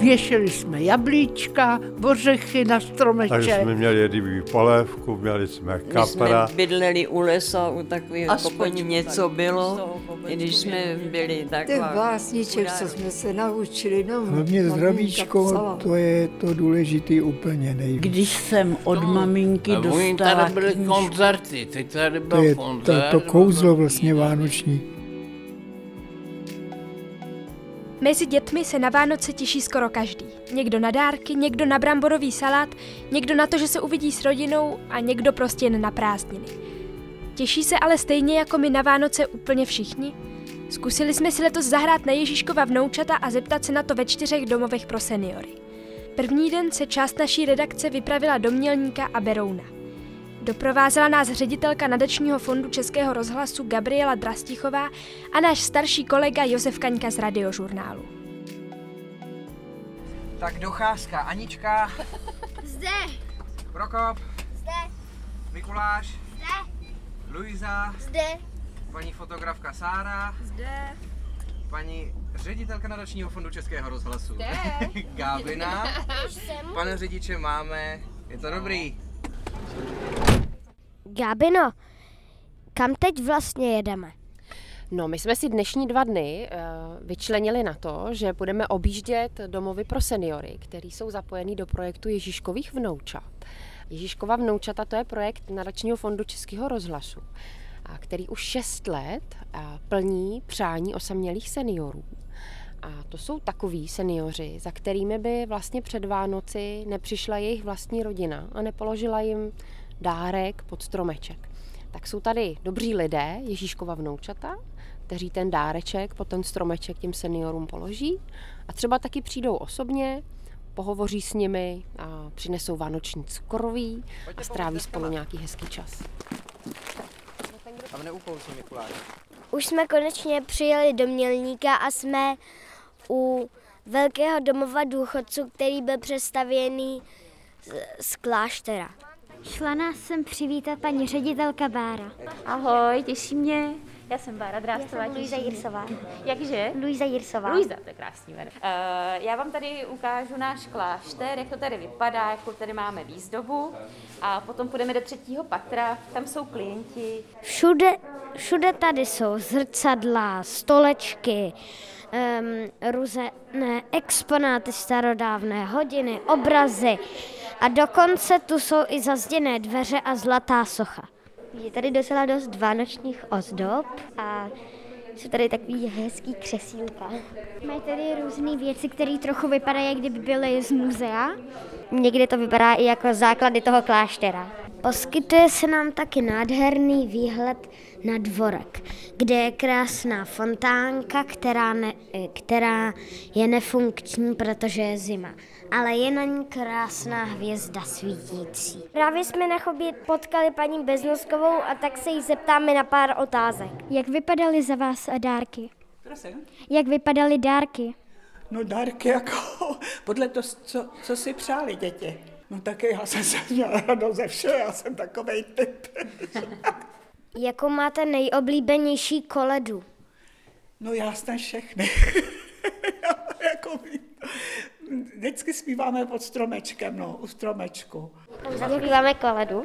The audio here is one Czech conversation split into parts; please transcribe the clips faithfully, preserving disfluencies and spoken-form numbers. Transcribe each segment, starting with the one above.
Věšili jsme jablíčka, ořechy na stromeček. Takže jsme měli rybí polévku, měli jsme kapra. My jsme bydleli u lesa, u takového kopení něco bylo, i když jsme byli taková... Ten básniček, co jsme se naučili. No, hlavně zdravíčko, to je to důležitý úplně nejvíc. Když jsem od maminky a dostala tady byly knížku. koncerty, teď tady byl To je koncert. to, to kouzlo vlastně vánoční. Mezi dětmi se na Vánoce těší skoro každý. Někdo na dárky, někdo na bramborový salát, někdo na to, že se uvidí s rodinou a někdo prostě jen na prázdniny. Těší se ale stejně jako my na Vánoce úplně všichni? Zkusili jsme si letos zahrát na Ježíškova vnoučata a zeptat se na to ve čtyřech domovech pro seniory. První den se část naší redakce vypravila do Mělníka a Berouna. Doprovázela nás ředitelka nadačního fondu Českého rozhlasu Gabriela Drastichová a náš starší kolega Josef Kaňka z Radiožurnálu. Tak docházka. Anička. Zde. Prokop. Zde. Mikuláš. Zde. Luisa. Zde. Paní fotografka Sára. Zde. Paní ředitelka nadačního fondu Českého rozhlasu. Zde. Gábina. Už jsem. Pane řidiče, máme. Je to dobrý. Gábino, kam teď vlastně jedeme? No, my jsme si dnešní dva dny uh, vyčlenili na to, že budeme objíždět domovy pro seniory, který jsou zapojení do projektu Ježíškových vnoučat. Ježíškova vnoučata, to je projekt nadačního fondu Českého rozhlasu, a který už šest let uh, plní přání osamělých seniorů. A to jsou takoví seniori, za kterými by vlastně před Vánoci nepřišla jejich vlastní rodina a nepoložila jim dárek pod stromeček. Tak jsou tady dobří lidé, Ježíškova vnoučata, kteří ten dáreček pod ten stromeček těm seniorům položí a třeba taky přijdou osobně, pohovoří s nimi a přinesou vánoční cukroví a stráví spolu nějaký hezký čas. A neukoucí Mikuláš. Už jsme konečně přijeli do Mělníka a jsme u velkého domova důchodců, který byl přestavěný z, z kláštera. Šla nás sem přivítat paní ředitelka Bára. Ahoj, těší mě. Já jsem Bára Drástová. Já jsem Luisa Jirsová. Jakže? Luisa Jirsová. Luisa, to je krásný jméno. Uh, já vám tady ukážu náš klášter, jak to tady vypadá, jakou tady máme výzdobu. A potom půjdeme do třetího patra, tam jsou klienti. Všude, všude tady jsou zrcadla, stolečky, um, různé exponáty starodávné, hodiny, obrazy. A dokonce tu jsou i zazděné dveře a zlatá socha. Je tady docela dost vánočních ozdob a jsou tady takový hezký křesílka. Mají tady různé věci, které trochu vypadají, jak kdyby byly z muzea. Někdy to vypadá i jako základy toho kláštera. Poskytuje se nám taky nádherný výhled na dvorek, kde je krásná fontánka, která, ne, která je nefunkční, protože je zima. Ale je na ní krásná hvězda svítící. Právě jsme na chodbě potkali paní Beznoskovou a tak se jí zeptáme na pár otázek. Jak vypadaly za vás dárky? Prosím? Jak vypadaly dárky? No dárky jako podle toho, co, co si přáli děti. No taky já jsem se měla radost ze všeho, já jsem takovej typ. Jakou máte nejoblíbenější koledu? No já snad všechny. jako, vždycky zpíváme pod stromečkem, no, u stromečku. Zaspíváme koledu?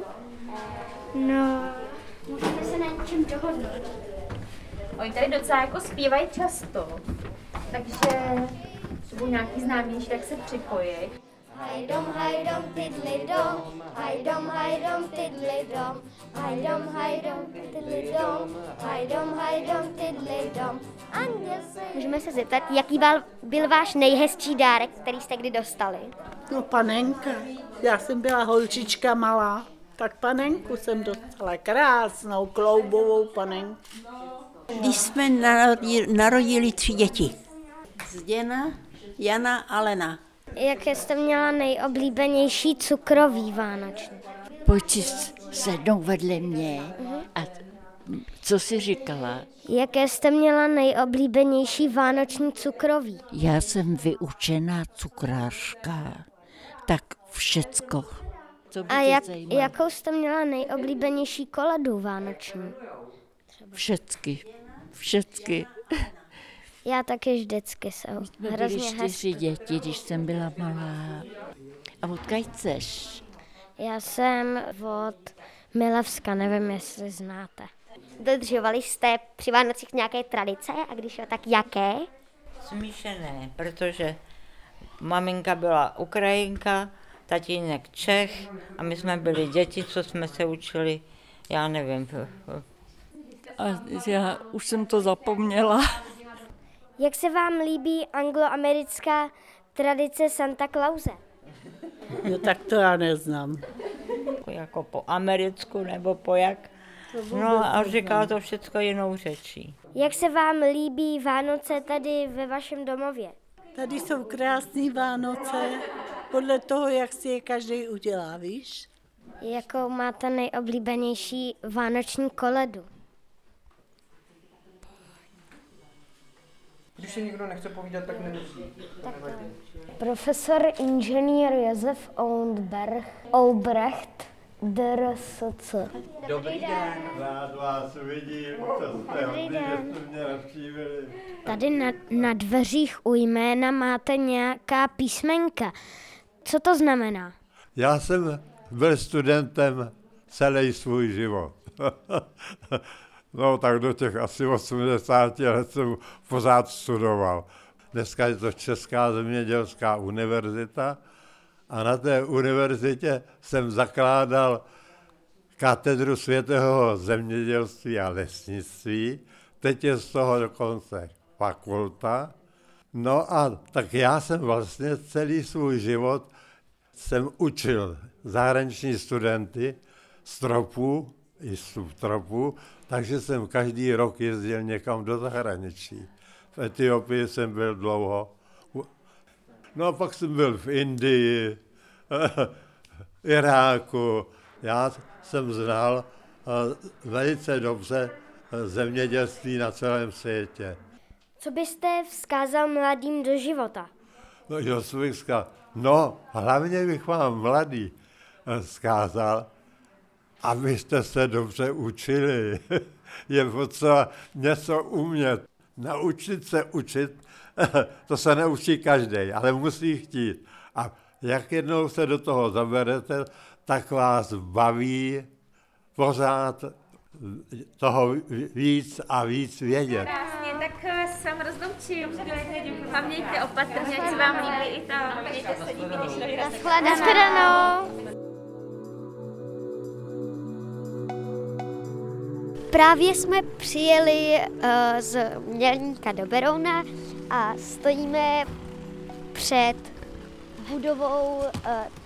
No, můžeme se na něčem dohodnout. Oni tady docela jako zpívají často, takže jsou nějaký známější, tak se připojí. Hajdom, hajdom, tidli dom, hajdom, hajdom, tidli dom, hajdom, hajdom, tidli dom, hajdom, hajdom, tidli dom. Můžeme se zeptat, jaký byl, byl váš nejhezčí dárek, který jste kdy dostali? No panenka, já jsem byla holčička malá, tak panenku jsem dostala, krásnou kloubovou panenku. Když jsme narodili, narodili tři děti. Zděna, Jana a Lena. Jaké jste měla nejoblíbenější cukroví vánoční? Pojď sednou vedle mě a co jsi říkala? Jaké jste měla nejoblíbenější vánoční cukroví? Já jsem vyučená cukrářka, tak všecko. Co by a tě jak, zajímalo? jakou jste měla nejoblíbenější koledu vánoční? Všecky, všecky. Já taky vždycky jsou. My byli Hrozně čtyři hezký. děti, když jsem byla malá. A odkud jseš? Já jsem od Milevska, nevím, jestli znáte. Dodržovali jste při Vánocích nějaké tradice a když jo, tak jaké? Smíšené, protože maminka byla Ukrajinka, tatínek Čech a my jsme byli děti, co jsme se učili, já nevím. A já už jsem to zapomněla. Jak se vám líbí angloamerická tradice Santa Clause? No tak to já neznám. Jako po americku nebo po jak. No a říká to všechno jinou řečí. Jak se vám líbí Vánoce tady ve vašem domově? Tady jsou krásné Vánoce, podle toho, jak si je každý udělá, víš? Jakou máte nejoblíbenější vánoční koledu? Když si nikdo nechce povídat, tak nemusí. Profesor inženýr Josef Oundberg, Albrecht, D R S C. Dobrý den. Rád vás vidím, to jste hodný, že jste mě navštívili. Tady na, na dveřích u jména máte nějaká písmenka. Co to znamená? Já jsem byl studentem celý svůj život. No tak do těch asi osmdesáti let jsem pořád studoval. Dneska je to Česká zemědělská univerzita a na té univerzitě jsem zakládal katedru světového zemědělství a lesnictví. Teď je z toho dokonce fakulta. No a tak já jsem vlastně celý svůj život jsem učil zahraniční studenty z tropů, i subtropů, takže jsem každý rok jezdil někam do zahraničí. V Etiopii jsem byl dlouho. No a pak jsem byl v Indii, Iráku. Já jsem znal velice dobře zemědělství na celém světě. Co byste vzkázal mladým do života? No, jo, bych vzkázal, no, hlavně bych vám mladý vzkázal, abyste se dobře učili. Je potřeba něco umět. Naučit se učit, to se neučí každý, ale musí chtít. A jak jednou se do toho zaberete, tak vás baví pořád toho víc a víc vědět. Krásně, tak se vám rozloučím. Pamějte opatrně, ať se vám líbí i tam. Mějte se díky, když Nashledanou. Právě jsme přijeli uh, z Mělníka do Berouna a stojíme před budovou uh,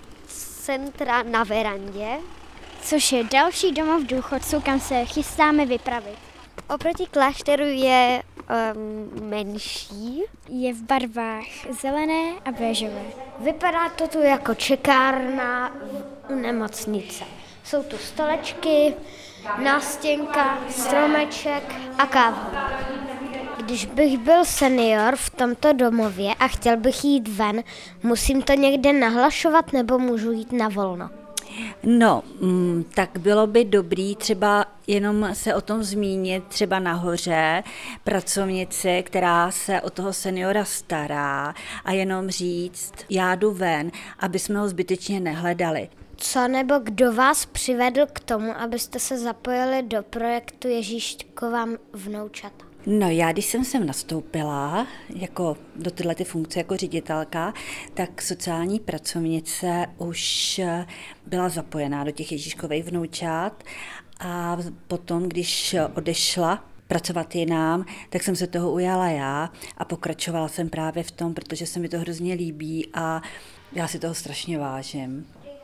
centra na verandě, Což je další domov důchodců, kam se chystáme vypravit. Oproti klášteru je um, menší. Je v barvách zelené a béžové. Vypadá to tu jako čekárna u nemocnice. Jsou tu stolečky, nástěnka, stromeček a káva. Když bych byl senior v tomto domově a chtěl bych jít ven, musím to někde nahlašovat nebo můžu jít na volno? No, tak bylo by dobrý třeba jenom se o tom zmínit třeba nahoře pracovnici, která se o toho seniora stará a jenom říct, já jdu ven, aby jsme ho zbytečně nehledali. Co nebo kdo vás přivedl k tomu, abyste se zapojili do projektu Ježíškova vnoučata? No já, když jsem sem nastoupila jako do této funkce jako ředitelka, tak sociální pracovnice už byla zapojená do těch Ježíškových vnoučat a potom, když odešla pracovat jinam, tak jsem se toho ujala já a pokračovala jsem právě v tom, protože se mi to hrozně líbí a já si toho strašně vážím.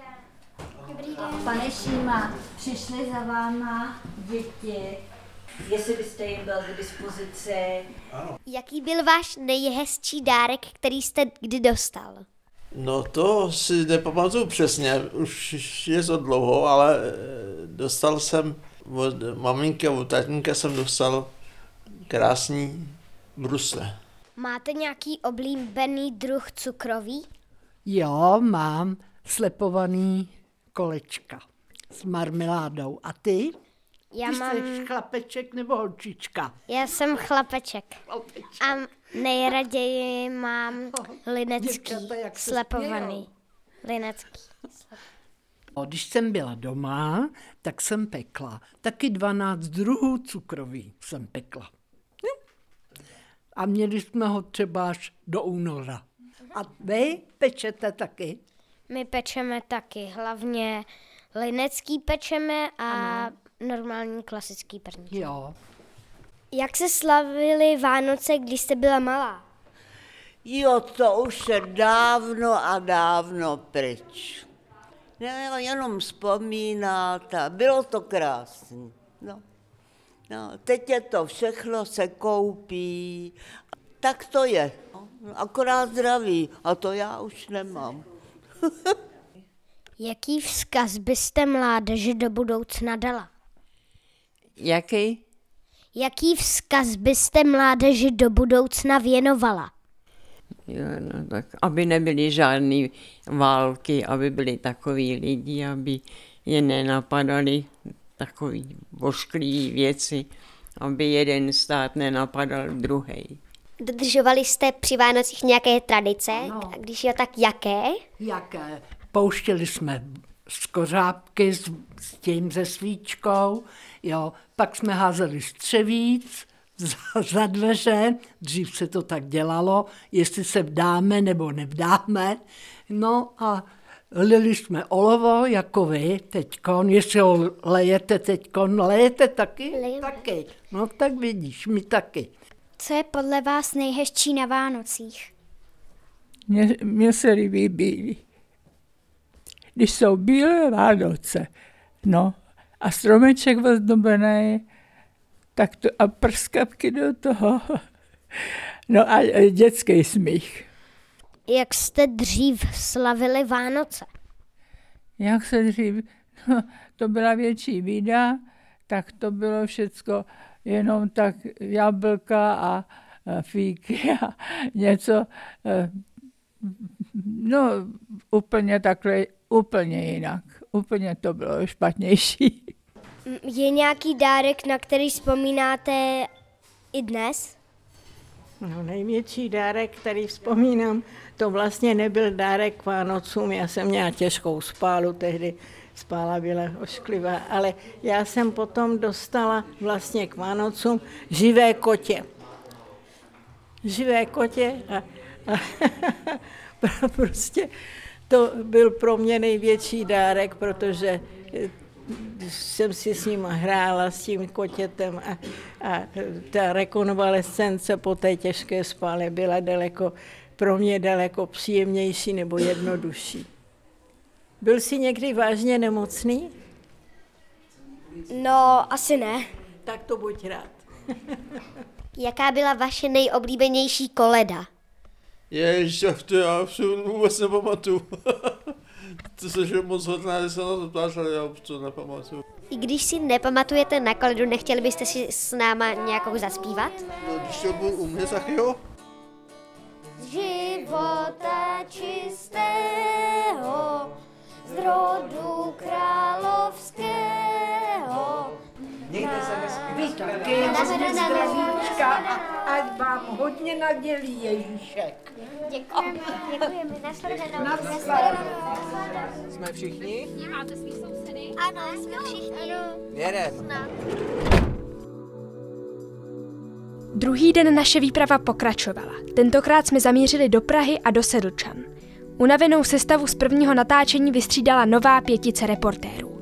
Dobrý den. Pane Šíma, přišli za váma děti. Jestli byste jim byl k dispozici. Ano. Jaký byl váš nejhezčí dárek, který jste kdy dostal? No to si nepamatuju přesně, už je to dlouho, ale dostal jsem od maminky a od tatínka jsem dostal krásný brusle. Máte nějaký oblíbený druh cukroví? Jo, mám slepovaný kolečka s marmeládou. A ty? Já Ty mám... jsi chlapeček nebo holčička? Já jsem chlapeček. Chlapeček. A nejraději mám linecký, Děvčata, jak se slepovaný. smějou. Linecký. Když jsem byla doma, tak jsem pekla. Taky dvanáct druhů cukroví jsem pekla. A měli jsme ho třeba až do února. A vy pečete taky? My pečeme taky, hlavně linecký pečeme a ano. normální klasický perníček. Jo. Jak se slavily Vánoce, když jste byla malá? Jo, to už je dávno a dávno pryč. Já jenom vzpomínat a bylo to krásné. No. No, teď je to všechno, se koupí, tak to je. Akorát zdraví a to já už nemám. Jaký vzkaz byste mládeži do budoucna dala? Jaký? Jaký vzkaz byste mládeži do budoucna věnovala? Jo, no, tak aby nebyly žádné války, aby byli takoví lidi, aby je nenapadali takový vošklivý věci, aby jeden stát nenapadal druhý. Dodržovali jste při Vánocích nějaké tradice? No. A když jo, tak jaké? Jaké? Pouštěli jsme skořápky s, s tím, se svíčkou, jo. Pak jsme házeli střevíc za, za dveře, dřív se to tak dělalo, jestli se vdáme nebo nevdáme. No a lili jsme olovo, jako vy teďkon, jestli ho lejete teďkon, lejete taky? Lejeme. Taky. No tak vidíš, my taky. Co je podle vás nejhezčí na Vánocích? Mně, mně se líbí bílý. Když jsou bílé Vánoce, no, a stromeček ozdobený, tak to, a prskavky do toho, no a dětský smích. Jak jste dřív slavili Vánoce? Jak se dřív, no, to byla větší bída, tak to bylo všecko jenom tak jablka a, a fíky a něco, no úplně takhle, úplně jinak, úplně to bylo špatnější. Je nějaký dárek, na který vzpomínáte i dnes? No, největší dárek, který vzpomínám, to vlastně nebyl dárek k Vánocům. Já jsem měla těžkou spálu tehdy, spála byla ošklivá, ale já jsem potom dostala vlastně k Vánocům živé kotě. Živé kotě a, a prostě to byl pro mě největší dárek, protože jsem si s ním hrála, s tím kotětem a, a ta rekonvalescence po té těžké spále byla daleko, pro mě daleko příjemnější nebo jednodušší. Byl jsi někdy vážně nemocný? No, asi ne. Tak to buď rád. Jaká byla vaše nejoblíbenější koleda? Ježiš, to já si vůbec nepamatuju. To se že moc hodná, že se na to ptáš, ale já to nepamatuju. I když si nepamatujete na koledu, nechtěli byste si s náma nějakou zaspívat? No, když to byl u mě, tak jo. Života čistého, z rodu královského. Mějte se hezky. Vy taky, hodně zdravíčka a ať vám hodně nadělí Ježíšek. Děkujeme, děkujeme. Nashledanou. Nashledanou. Jsme všichni? Máte svý sousedy? Ano, jsme všichni. Jedem. Druhý den naše výprava pokračovala. Tentokrát jsme zamířili do Prahy a do Sedlčan. Unavenou sestavu z prvního natáčení vystřídala nová pětice reportérů.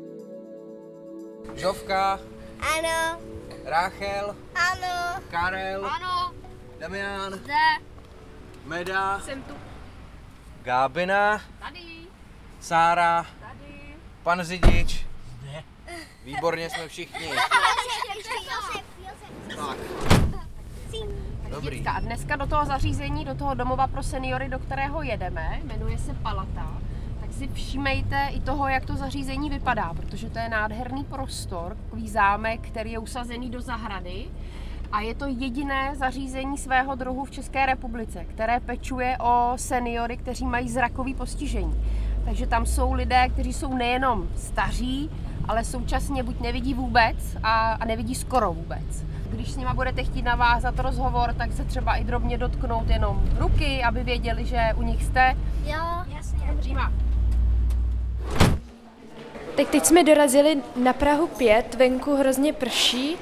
Žovka. Ano. Ráchel. Ano. Karel. Ano. Damian. Zde. Meda. Jsem tu. Gábina. Tady. Sára. Tady. Pan Zidič. Ne. Výborně, jsme všichni. Tak. Dobrý. Děcka, a dneska do toho zařízení, do toho domova pro seniory, do kterého jedeme, jmenuje se Palata, tak si všímejte i toho, jak to zařízení vypadá, protože to je nádherný prostor, takový zámek, který je usazený do zahrady a je to jediné zařízení svého druhu v České republice, které pečuje o seniory, kteří mají zrakové postižení. Takže tam jsou lidé, kteří jsou nejenom staří, ale současně buď nevidí vůbec a, a nevidí skoro vůbec. Když s nima budete chtít navázat rozhovor, tak se třeba i drobně dotknout jenom ruky, aby věděli, že u nich jste. Jo, jasně. Přímá. Tak teď jsme dorazili na Prahu pět, venku hrozně prší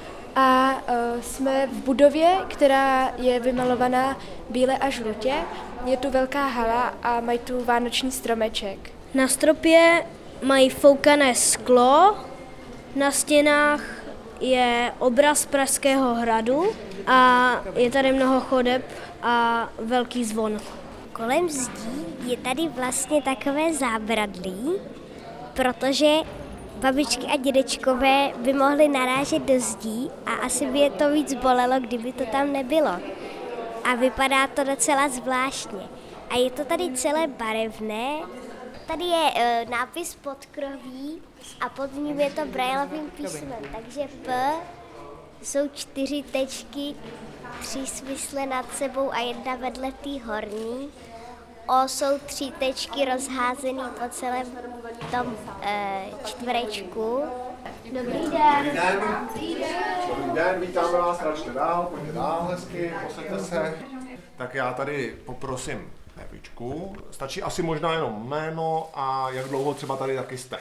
a uh, jsme v budově, která je vymalovaná bíle a žlutě. Je tu velká hala a mají tu vánoční stromeček. Na stropě mají foukané sklo, na stěnách je obraz Pražského hradu a je tady mnoho chodeb a velký zvon. Kolem zdí je tady vlastně takové zábradlí, protože babičky a dědečkové by mohly narážet do zdí a asi by je to víc bolelo, kdyby to tam nebylo. A vypadá to docela zvláštně. A je to tady celé barevné. Tady je e, nápis podkroví a pod ním je to brailovým písmem. Takže P jsou čtyři tečky, tři svisle nad sebou a jedna vedle té horní. O jsou tři tečky rozházené po celém tom e, čtverečku. Dobrý den. Dobrý den. Dobrý den, vítáme vás, račte dál, pojďte dál hezky, posaďte se. Tak já tady poprosím Evičku. Stačí asi možná jenom jméno a jak dlouho třeba tady taky jste?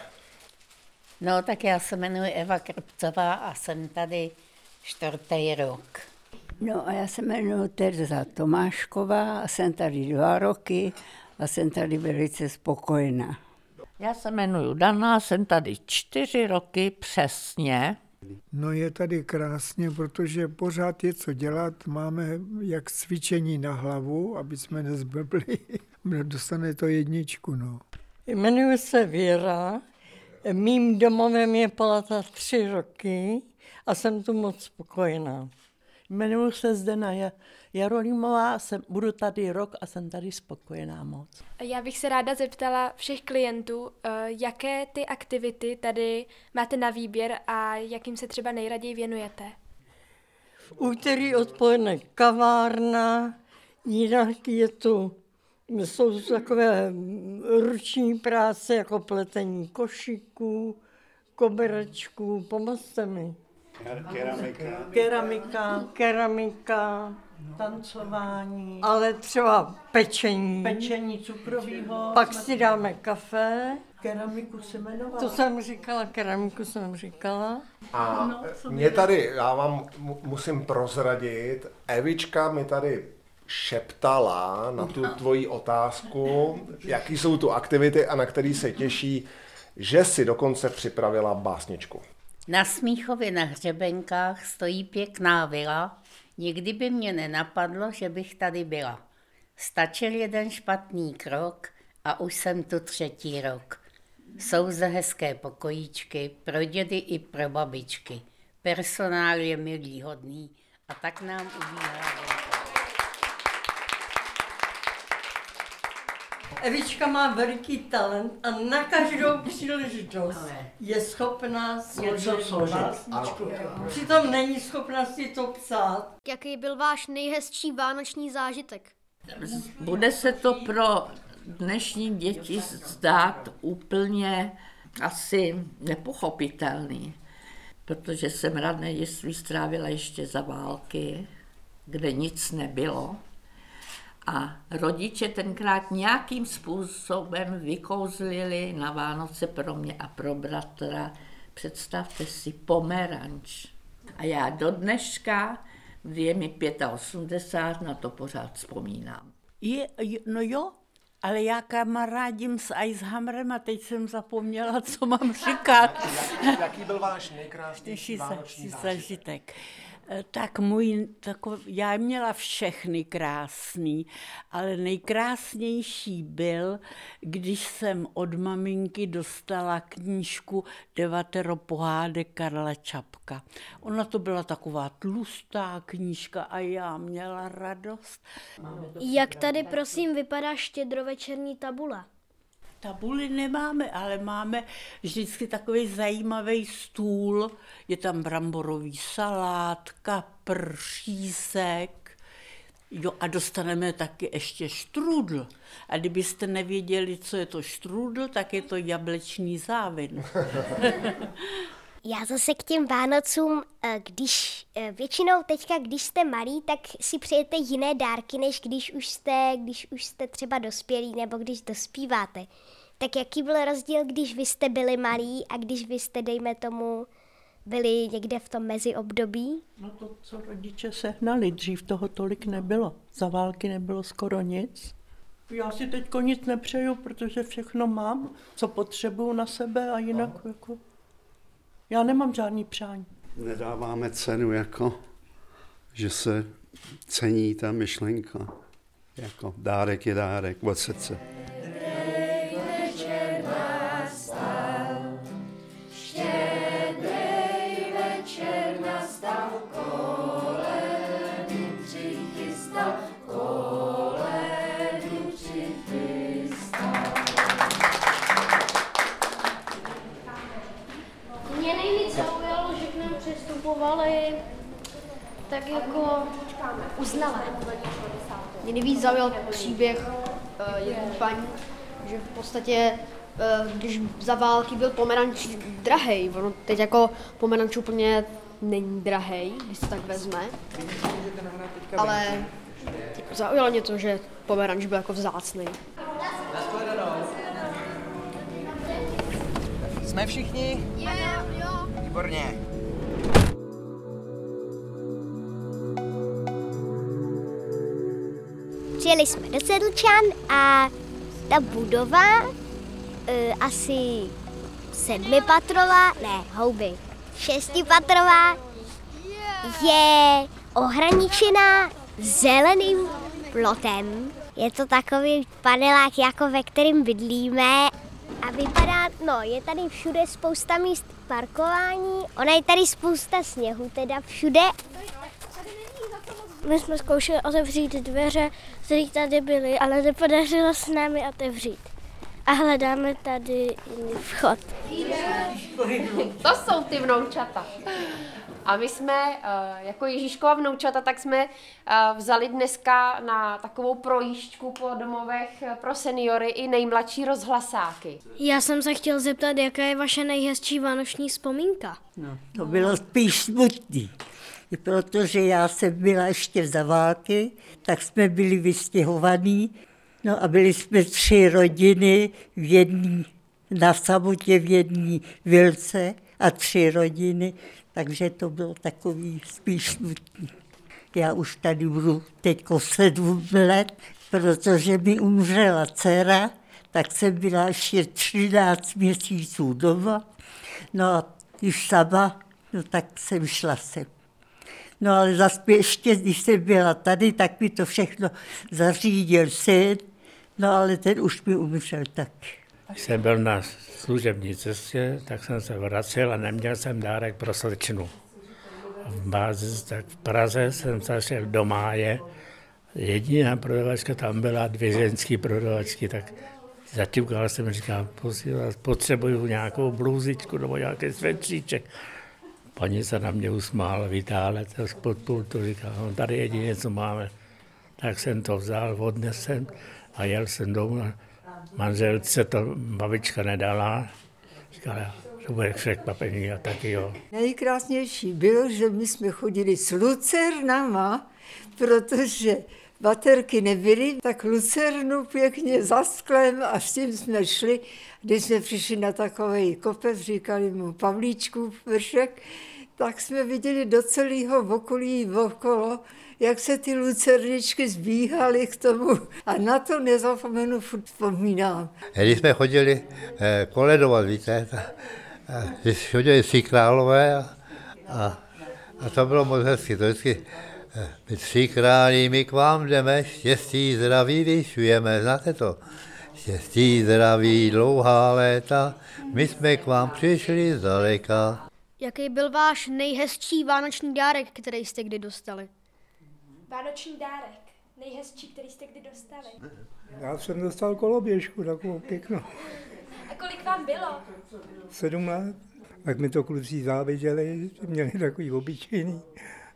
No, tak já se jmenuji Eva Krpcová a jsem tady čtvrtý rok. No a já se jmenuji Terza Tomášková a jsem tady dva roky a jsem tady velice spokojená. Já se jmenuji Dana, jsem tady čtyři roky přesně. No je tady krásně, protože pořád je co dělat, máme jak cvičení na hlavu, aby jsme nezblbli, dostane to jedničku, no. Jmenuji se Věra, mým domovem je Palata tři roky a jsem tu moc spokojená. Jmenuji se Zdena Jarolímová, jsem, budu tady rok a jsem tady spokojená moc. Já bych se ráda zeptala všech klientů, jaké ty aktivity tady máte na výběr a jakým se třeba nejraději věnujete. V úterý odpoledne kavárna, jinak je tu, jsou takové ruční práce jako pletení košíků, koberečků, pomozte mi. Keramika. Keramika, keramika, tancování, ale třeba pečení. Pečení cukrovýho. Pak si dáme kafe. Keramiku se jmenovala. To jsem říkala, keramiku jsem říkala. A mě tady, já vám musím prozradit, Evička mi tady šeptala na tu tvoji otázku, jaký jsou tu aktivity a na který se těší, že si dokonce připravila básničku. Na Smíchově na Hřebenkách stojí pěkná vila. Nikdy by mě nenapadlo, že bych tady byla. Stačil jeden špatný krok a už jsem tu třetí rok. Jsou zde hezké pokojíčky pro dědy i pro babičky. Personál je milý, hodný a tak nám ubíhá. Evička má veliký talent a na každou příležitost je schopná složit básničku. Přitom není schopná si to psát. Jaký byl váš nejhezčí vánoční zážitek? Bude se to pro dnešní děti zdát úplně asi nepochopitelný, protože jsem radné dětství strávila ještě za války, kde nic nebylo. A rodiče tenkrát nějakým způsobem vykouzlili na Vánoce pro mě a pro bratra, představte si, pomeranč. A já do dneška, kdy je mi osmdesát pět, na to pořád vzpomínám. Je, no jo, ale já kamarádím s Icehammerem a teď jsem zapomněla, co mám říkat. Jaký, jaký byl váš nejkrásnější vánoční zážitek? Tak můj, takov, já měla všechny krásný, ale nejkrásnější byl, když jsem od maminky dostala knížku Devatero pohádek Karla Čapka. Ona to byla taková tlustá knížka a já měla radost. Jak tady prosím vypadá štědrovečerní tabule? Tabuly nemáme, ale máme vždycky takový zajímavý stůl. Je tam bramborový salát, kapr, řízek. Jo, a dostaneme taky ještě štrůdl. A kdybyste nevěděli, co je to štrůdl, tak je to jablečný závin. Já zase k těm Vánocům, když většinou teďka, když jste malí, tak si přejete jiné dárky, než když už jste, když už jste třeba dospělí nebo když dospíváte. Tak jaký byl rozdíl, když vy jste byli malí a když vy jste, dejme tomu, byli někde v tom meziobdobí? No to, co rodiče sehnali, dřív toho tolik nebylo. Za války nebylo skoro nic. Já si teďko nic nepřeju, protože všechno mám, co potřebuju na sebe a jinak jako... Já nemám žádný přání. Nedáváme cenu jako, že se cení ta myšlenka. Jako dárek je dárek od srdce. Přistupovali tak jako uznale. Mě nejvíc zaujal příběh uh, jedné paní, že v podstatě, uh, když za války byl pomeranč drahej, ono teď jako pomeranč úplně není drahej, když se tak vezme, ale jako zaujalo mě to, že pomeranč byl jako vzácný. Jsme všichni? Jo, jo. Výborně. Přijeli jsme do Sedlčan a ta budova, uh, asi sedmipatrová, ne, houby, šestipatrová, je ohraničená zeleným plotem. Je to takový panelák, jako ve kterém bydlíme a vypadá, no, je tady všude spousta míst parkování, ona je tady spousta sněhu, teda všude. My jsme zkoušeli otevřít dveře, které tady byly, ale nepodařilo se námi otevřít. A hledáme tady jiný vchod. To jsou ty vnoučata. A my jsme, jako Ježíškova vnoučata, tak jsme vzali dneska na takovou projížďku po domovech pro seniory i nejmladší rozhlasáky. Já jsem se chtěl zeptat, jaká je vaše nejhezčí vánoční vzpomínka? No, to bylo spíš smutný. Protože já jsem byla ještě za války, tak jsme byli vystěhovaní. No a byli jsme tři rodiny v jedné, na samotě v jedné vilce a tři rodiny, takže to bylo takový spíš smutný. Já už tady budu teďko sedm let, protože mi umřela dcera, tak jsem byla ještě třináct měsíců doma. No a když sama, no tak jsem šla sem. No ale zase ještě, když jsem byla tady, tak mi to všechno zařídil syn, no ale ten už mi umřel taky. Když jsem byl na služební cestě, tak jsem se vracel a neměl jsem dárek pro slečnu. V bázi, tak v Praze jsem zašel do Máje, jediná prodavačka tam byla, dvě ženský prodavačky, tak zaťukal jsem, říkal, potřebuju nějakou blůzičku nebo nějaký svetříček. Paní se na mě usmála, vytáhla spod pultu, říkala, no tady jedině, co máme. Tak jsem to vzal, odnesem a jel jsem domů. Manželce to babička nedala, říkala, že bude překvapení a taky jo. Nejkrásnější bylo, že my jsme chodili s lucernama, protože baterky nebyly, tak lucernu pěkně za sklem a s tím jsme šli. Když jsme přišli na takový kopec, říkali mu Pavlíčkův vršek, tak jsme viděli do celého okolí okolo, jak se ty lucerničky zbíhaly k tomu. A na to nezapomenu, furt vzpomínám. Když jsme chodili eh, koledovat, víte, když chodili tři králové a, a, a to bylo moc hezky. To vždycky, eh, my tři králí, my k vám jdeme, štěstí, zdraví vyšujeme, znáte to? Štěstí, zdraví, dlouhá léta, my jsme k vám přišli zdaleka. Jaký byl váš nejhezčí vánoční dárek, který jste kdy dostali? Vánoční dárek, nejhezčí, který jste kdy dostali. Já jsem dostal koloběžku, takovou pěknou. A kolik vám bylo? Sedm let. Tak mi to kluci záviděli, měli takový obyčejný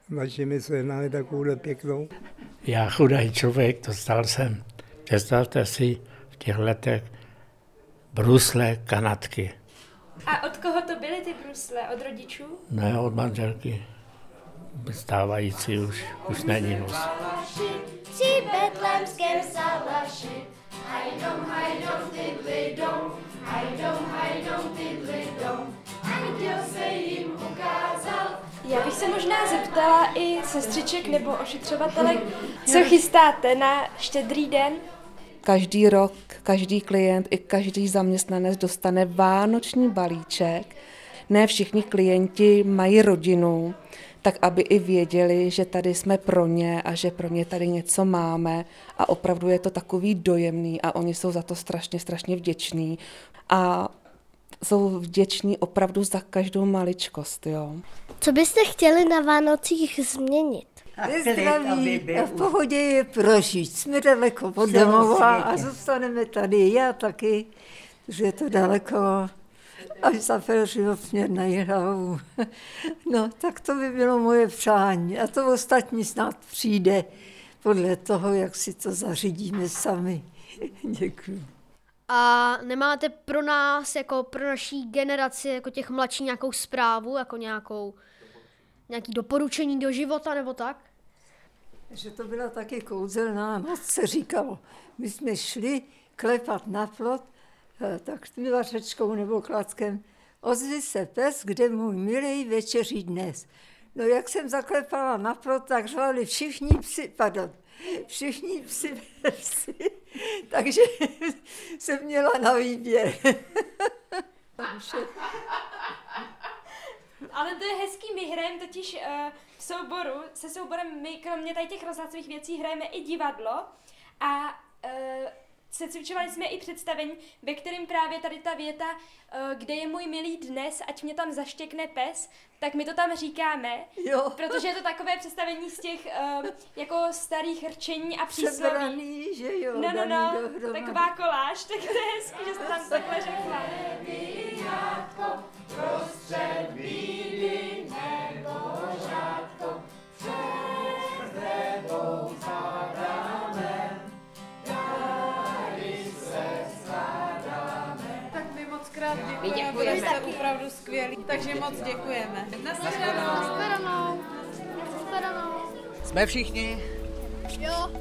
Vaši mi sehnali takovouhle pěknou. Já chudý člověk, dostal jsem, představte si, v těch letech brusle, kanatky. A od koho to byly ty brusle? Od rodičů? Ne, od manželky. Stávající už, už není nos. Při betlémském salaši, hajdom, hajdom, tydlidom, hajdom, hajdom, tydlidom, anděl se jim ukázal. Já bych se možná zeptala i sestřiček nebo ošetřovatelek, co chystáte na Štědrý den? Každý rok, každý klient i každý zaměstnanec dostane vánoční balíček. Ne všichni klienti mají rodinu, tak aby i věděli, že tady jsme pro ně a že pro ně tady něco máme a opravdu je to takový dojemný a oni jsou za to strašně, strašně vděční a jsou vděční opravdu za každou maličkost. Jo. Co byste chtěli na Vánocích změnit? Je zdraví a v pohodě je prožít. Jsme daleko od domova a zůstaneme tady. Já taky, že je to daleko. Až zapeři opět na hlavu. No, tak to by bylo moje přání. A to ostatní snad přijde podle toho, jak si to zařídíme sami. Děkuji. A nemáte pro nás, jako pro naší generaci, jako těch mladší, nějakou zprávu, jako nějakou, nějaký doporučení do života nebo tak? Že to byla taky kouzelná noc, se říkalo. My jsme šli klepat na plot, tak tmivařečkou nebo klackem. Ozvi se pes, kde můj milej večeří dnes. No jak jsem zaklepala na plot, tak řvali všichni psi, pardon, všichni psi, psi. Takže jsem měla na výběr. Ale to je hezký, my hrajeme totiž uh, v souboru, se souborem my kromě tady těch rozhlasových věcí hrajeme i divadlo a uh, secvičovali jsme i představení, ve kterém právě tady ta věta, uh, kde je můj milý dnes, ať mě tam zaštěkne pes, tak my to tam říkáme, jo. Protože je to takové představení z těch uh, jako starých rčení a přísloví. Přebraný, že jo, no, no, no, dohromady. taková koláž, tak to je hezký, že jste tam takhle řekla. Prostřed bídy nebo řádko, před tebou zadáme, dary se skládáme. Tak my moc krát My děkujeme, děkujeme. byli jste opravdu skvělí, takže moc děkujeme. Nashledanou. Nashledanou. Nashledanou. Jsme všichni. Jo.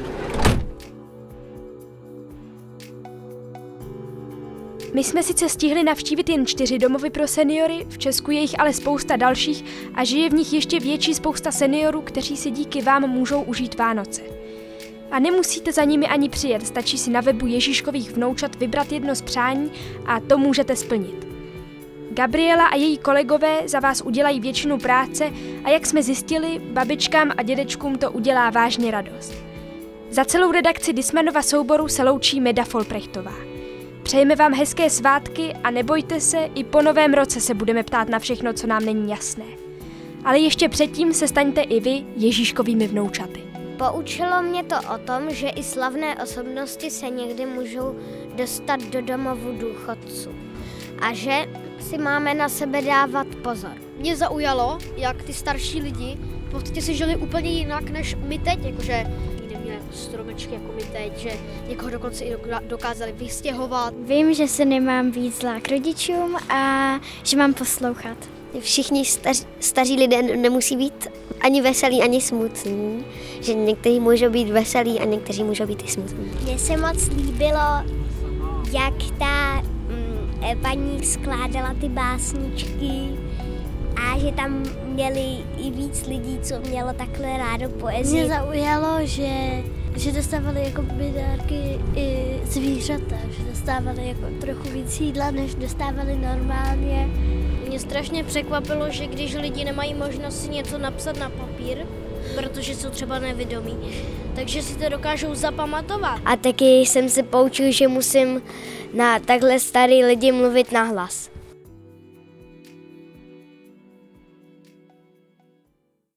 My jsme sice stihli navštívit jen čtyři domovy pro seniory, v Česku je jich ale spousta dalších a žije v nich ještě větší spousta seniorů, kteří si díky vám můžou užít Vánoce. A nemusíte za nimi ani přijet, stačí si na webu Ježíškových vnoučat vybrat jedno z přání a to můžete splnit. Gabriela a její kolegové za vás udělají většinu práce a jak jsme zjistili, babičkám a dědečkům to udělá vážně radost. Za celou redakci Dismanova souboru se loučí Meda Folprechtová. Přejeme vám hezké svátky a nebojte se, i po novém roce se budeme ptát na všechno, co nám není jasné. Ale ještě předtím se staňte i vy Ježíškovými vnoučaty. Poučilo mě to o tom, že i slavné osobnosti se někdy můžou dostat do domovu důchodců. A že si máme na sebe dávat pozor. Mě zaujalo, jak ty starší lidi v podstatě si žili úplně jinak než my teď, jakože někde měli jako stromečky jako my teď, že někoho dokonce i dokázali vystěhovat. Vím, že se nemám víc zlá k rodičům a že mám poslouchat. Všichni stař, staří lidé nemusí být ani veselí, ani smutní. Že někteří můžou být veselí a někteří můžou být i smutní. Mně se moc líbilo, jak ta mm, paní skládala ty básničky a že tam měli i víc lidí, co mělo takhle rádo poezii. Mě zaujalo, že, že dostávali jako dárky i zvířata, že dostávali jako trochu víc jídla, než dostávali normálně. Mě strašně překvapilo, že když lidi nemají možnost si něco napsat na papír, protože jsou třeba nevědomí, takže si to dokážou zapamatovat. A taky jsem se poučil, že musím na takhle starý lidi mluvit nahlas.